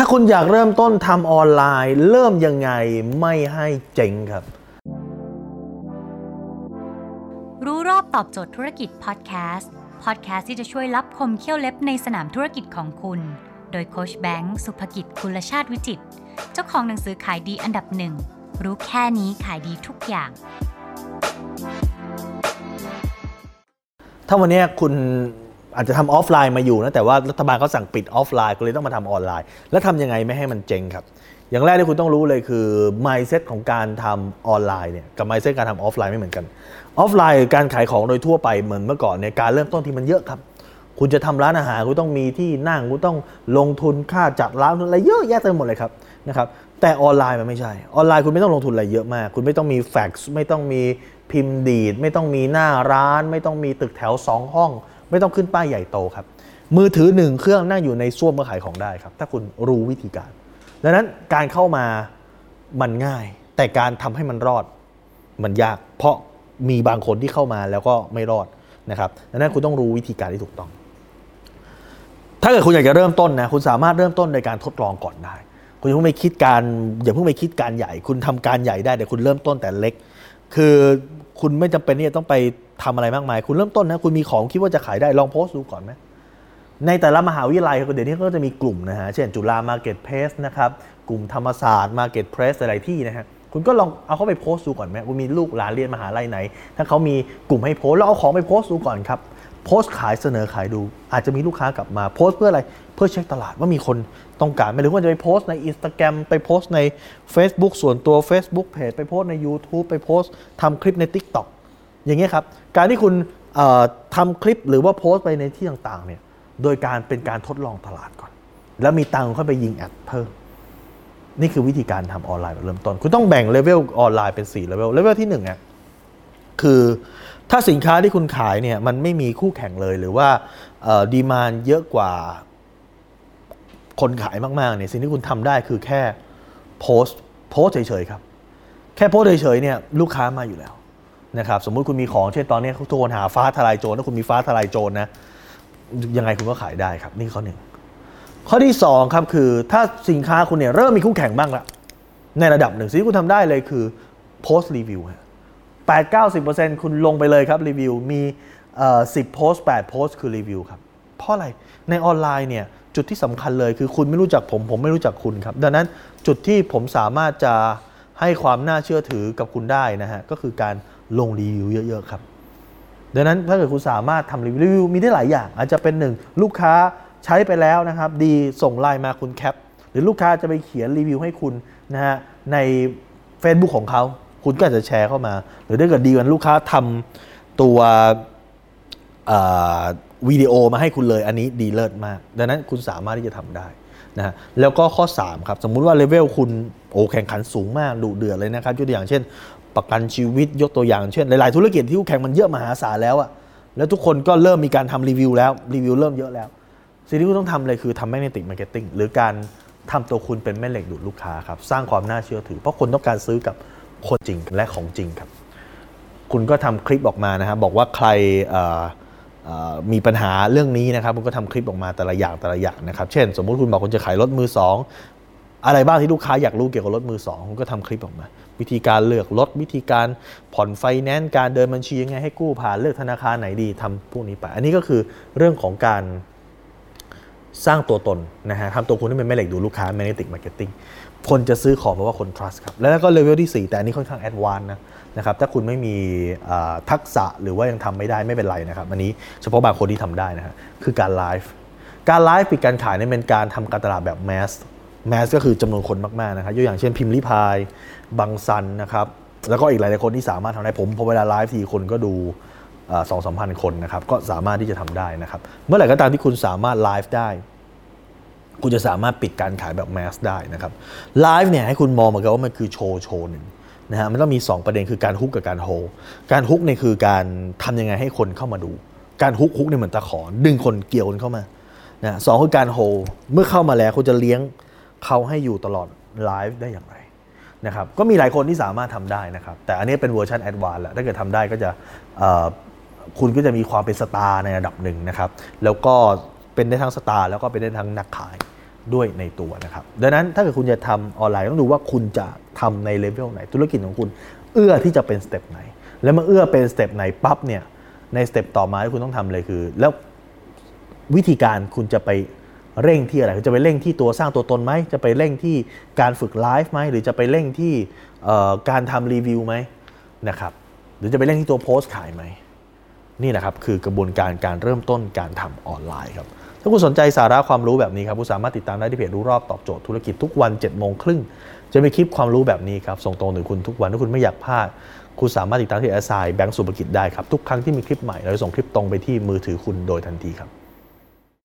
คุณอยากเริ่มต้นทำออนไลน์เริ่มยังไงไม่ให้เจ๊งครับรู้รอบตอบโจทย์ธุรกิจพอดแคสต์ที่จะช่วยลับคมเขี้ยวเล็บในสนามธุรกิจของคุณโดยโค้ชแบงค์สุภกิจกุลชาติวิจิตรเจ้าของหนังสือขายดีอันดับ1รู้แค่นี้ขายดีทุกอย่างถ้าวันนี้คุณอาจจะทำออฟไลน์มาอยู่นะแต่ว่ารัฐบาลเขาสั่งปิดออฟไลน์ก็เลยต้องมาทำออนไลน์แล้วทำยังไงไม่ให้มันเจ๊งครับอย่างแรกที่คุณต้องรู้เลยคือ mindset ของการทำออนไลน์เนี่ยกับ mindset การทำออฟไลน์ไม่เหมือนกันออฟไลน์การขายของโดยทั่วไปเหมือนเมื่อก่อนเนี่ยการเริ่มต้นที่มันเยอะครับคุณจะทำร้านอาหารคุณต้องมีที่นั่งคุณต้องลงทุนค่าจัดร้านอะไรเยอะแยะเต็มหมดเลยครับนะครับแต่ออนไลน์มันไม่ใช่ออนไลน์คุณไม่ต้องลงทุนอะไรเยอะมากคุณไม่ต้องมีแฟกซ์ไม่ต้องมีพิมพ์ดีดไม่ต้องมีหน้าร้านไม่ต้องมีตึกแถว2ห้องไม่ต้องขึ้นป้ายใหญ่โตครับมือถือ1เครื่องนั่งอยู่ในส้วมก็ขายของได้ครับถ้าคุณรู้วิธีการดังนั้นการเข้ามามันง่ายแต่การทำให้มันรอดมันยากเพราะมีบางคนที่เข้ามาแล้วก็ไม่รอดนะครับดังนั้นคุณต้องรู้วิธีการที่ถูกต้องถ้าเกิดคุณอยากจะเริ่มต้นนะคุณสามารถเริ่มต้นในการทดลองก่อนได้คุณอย่าเพิ่งไปคิดการใหญ่คุณทำการใหญ่ได้แต่คุณเริ่มต้นแต่เล็กคือคุณไม่จำเป็นที่จะต้องไปทำอะไรมากมายคุณเริ่มต้นนะคุณมีของคิดว่าจะขายได้ลองโพสต์ดูก่อนไหมในแต่ละมหาวิทยาลัยเดี๋ยวนี้ก็จะมีกลุ่มนะฮะเช่นจุฬามาร์เก็ตเพลสนะครับกลุ่มธรรมศาสตร์มาร์เก็ตเพลสหลายที่นะฮะคุณก็ลองเอาเข้าไปโพสต์ดูก่อนไหมคุณมีลูกหลานเรียนมหาลัยไหนถ้าเขามีกลุ่มให้โพสต์แล้วเอาของไปโพสต์ดูก่อนครับโพสต์ขายเสนอขายดูอาจจะมีลูกค้ากลับมาโพสต์เพื่ออะไรเพื่อเช็คตลาดว่ามีคนต้องการไม่รู้ว่าจะไปโพสต์ใน Instagram ไปโพสต์ใน Facebook ส่วนตัว Facebook Page ไปโพสต์ใน YouTube ไปโพสต์ทำคลิปใน TikTok อย่างเงี้ยครับการที่คุณทำคลิปหรือว่าโพสต์ไปในที่ต่างๆเนี่ยโดยการเป็นการทดลองตลาดก่อนแล้วมีตังค์ค่อยไปยิงแอดเพิ่มนี่คือวิธีการทำออนไลน์แบบเริ่มต้นคุณต้องแบ่งเลเวลออนไลน์เป็น4เลเวลเลเวลที่1เนี่ยคือถ้าสินค้าที่คุณขายเนี่ยมันไม่มีคู่แข่งเลยหรือว่าดีมานด์เยอะกว่าคนขายมากๆเนี่ยสิ่งที่คุณทำได้คือแค่โพสต์เฉยๆครับแค่โพสต์เฉยๆเนี่ยลูกค้ามาอยู่แล้วนะครับสมมุติคุณมีของเช่นตอนนี้ทุกคนหาฟ้าทลายโจรถ้าคุณมีฟ้าทลายโจรนะยังไงคุณก็ขายได้ครับนี่ข้อ1ข้อที่2ครับคือถ้าสินค้าคุณเนี่ยเริ่มมีคู่แข่งบ้างละในระดับหนึ่งสิ่งที่คุณทำได้เลยคือโพสต์รีวิว 8-90% คุณลงไปเลยครับรีวิวมี10โพสต์8โพสต์คือรีวิวครับเพราะอะไรในออนไลน์เนี่ยจุดที่สำคัญเลยคือคุณไม่รู้จักผมไม่รู้จักคุณครับดังนั้นจุดที่ผมสามารถจะให้ความน่าเชื่อถือกับคุณได้นะฮะก็คือการลงรีวิวเยอะๆครับดังนั้นถ้าเกิดคุณสามารถทำรีวิวมีได้หลายอย่างอาจจะเป็น1ลูกค้าใช้ไปแล้วนะครับดีส่งไลน์มาคุณแคปหรือลูกค้าจะไปเขียนรีวิวให้คุณนะฮะใน Facebook ของเขาคุณก็อาจจะแชร์เข้ามาหรือถ้าเกิดดีกว่าลูกค้าทำตัววิดีโอมาให้คุณเลยอันนี้ดีเลิศมากดังนั้นคุณสามารถที่จะทำได้นะฮะแล้วก็ข้อ3ครับสมมุติว่าเลเวลคุณแข่งขันสูงมากดุเดือดเลยนะครับยกตัวอย่างเช่นประกันชีวิตยกตัวอย่างเช่นหลายๆธุรกิจที่คู่แข่งมันเยอะมหาศาลแล้วอะแล้วทุกคนก็เริ่มมีการทำรีวิวแล้วรีวิวเริ่มเยอะแล้วสิ่งที่คุณต้องทำเลยคือทำแมกเนติกมาร์เก็ตติ้งหรือการทำตัวคุณเป็นแม่เหล็กดูดลูกค้าครับสร้างความน่าเชื่อถือเพราะคนต้องการซื้อกับคนจริงและของจริงครับคุณก็ทำคลิปออกมานะครับบอกว่าใครมีปัญหาเรื่องนี้นะครับคุณก็ทำคลิปออกมาแต่ละอย่างนะครับเช่นสมมุติคุณบอกคุณจะขายรถมือ2อะไรบ้างที่ลูกค้าอยากรู้เกี่ยวกับรถมือ2คุณก็ทำคลิปออกมาวิธีการเลือกรถวิธีการผ่อนไฟแนนซ์การเดินบัญชียังไงให้กู้ผ่านเลือกธนาคารไหนดีทำพวกนี้ไปอันนี้ก็คือเรื่องของการสร้างตัวตนนะฮะทำตัวคุณให้เป็นแม่เหล็กดูลูกค้า Magnetic Marketing คนจะซื้อของเพราะว่าคน trust ครับแล้วก็เลเวลที่4แต่อันนี้ค่อนข้าง advanced นะครับถ้าคุณไม่มีทักษะหรือว่ายังทำไม่ได้ไม่เป็นไรนะครับอันนี้เฉพาะบางคนที่ทำได้นะฮะคือการไลฟ์ปิดการขายนี่เป็นการทำการตลาดแบบแมสก็คือจำนวนคนมากๆนะครับยกอย่างเช่นพิมพ์ลิพายบังซันนะครับแล้วก็อีกหลายๆคนที่สามารถทำได้ผมพอเวลาไลฟ์ทีคนก็ดู2-3,000 คนนะครับก็สามารถที่จะทำได้นะครับเมื่อไหร่ก็ตามที่คุณสามารถไลฟ์ได้คุณจะสามารถปิดการขายแบบแมสได้นะครับไลฟ์เนี่ยให้คุณมองเหมือนกับว่ามันคือโชว์หนึ่งนะฮะมันต้องมี2ประเด็นคือการฮุกกับการโฮการฮุกเนี่ยคือการทำยังไงให้คนเข้ามาดูการฮุกเนี่ยเหมือนตะขอดึงคนเกี่ยวคนเข้ามานะ2คือการโฮเมื่อเข้ามาแล้วคุณจะเลี้ยงเขาให้อยู่ตลอดไลฟ์ได้อย่างไรนะครับก็มีหลายคนที่สามารถทำได้นะครับแต่อันนี้เป็นเวอร์ชันแอดวานซ์แล้วถ้าเกิดทำได้ก็จะคุณก็จะมีความเป็นสตาร์ในระดับหนึ่งนะครับแล้วก็เป็นได้ทั้งสตาร์แล้วก็เป็นได้ทั้งนักขายด้วยในตัวนะครับดังนั้นถ้าเกิดคุณจะทำออนไลน์ต้องดูว่าคุณจะทำในเลเวลไหนธุรกิจของคุณเอื้อที่จะเป็นสเต็ปไหนแล้วเมื่อเอื้อเป็นสเต็ปไหนปั๊บเนี่ยในสเต็ปต่อมาที่คุณต้องทำเลยคือแล้ววิธีการคุณจะไปเร่งที่อะไรจะไปเร่งที่ตัวสร้างตัวตนไหมจะไปเร่งที่การฝึกไลฟ์ไหมหรือจะไปเร่งที่การทำรีวิวไหมนะครับหรือจะไปเร่งที่ตัวโพสต์ขายไหมนี่นะครับคือกระบวนการเริ่มต้นการทำออนไลน์ครับถ้าคุณสนใจสาระความรู้แบบนี้ครับคุณสามารถติดตามได้ที่เพจรู้รอบตอบโจทย์ธุรกิจทุกวัน 7:30 น.จะมีคลิปความรู้แบบนี้ครับส่งตรงถึงคุณทุกวันถ้าคุณไม่อยากพลาดคุณสามารถติดตามที่ SI แบงก์สุภกิจได้ครับทุกครั้งที่มีคลิปใหม่เราจะส่งคลิปตรงไปที่มือถือคุณโดยทันทีครับ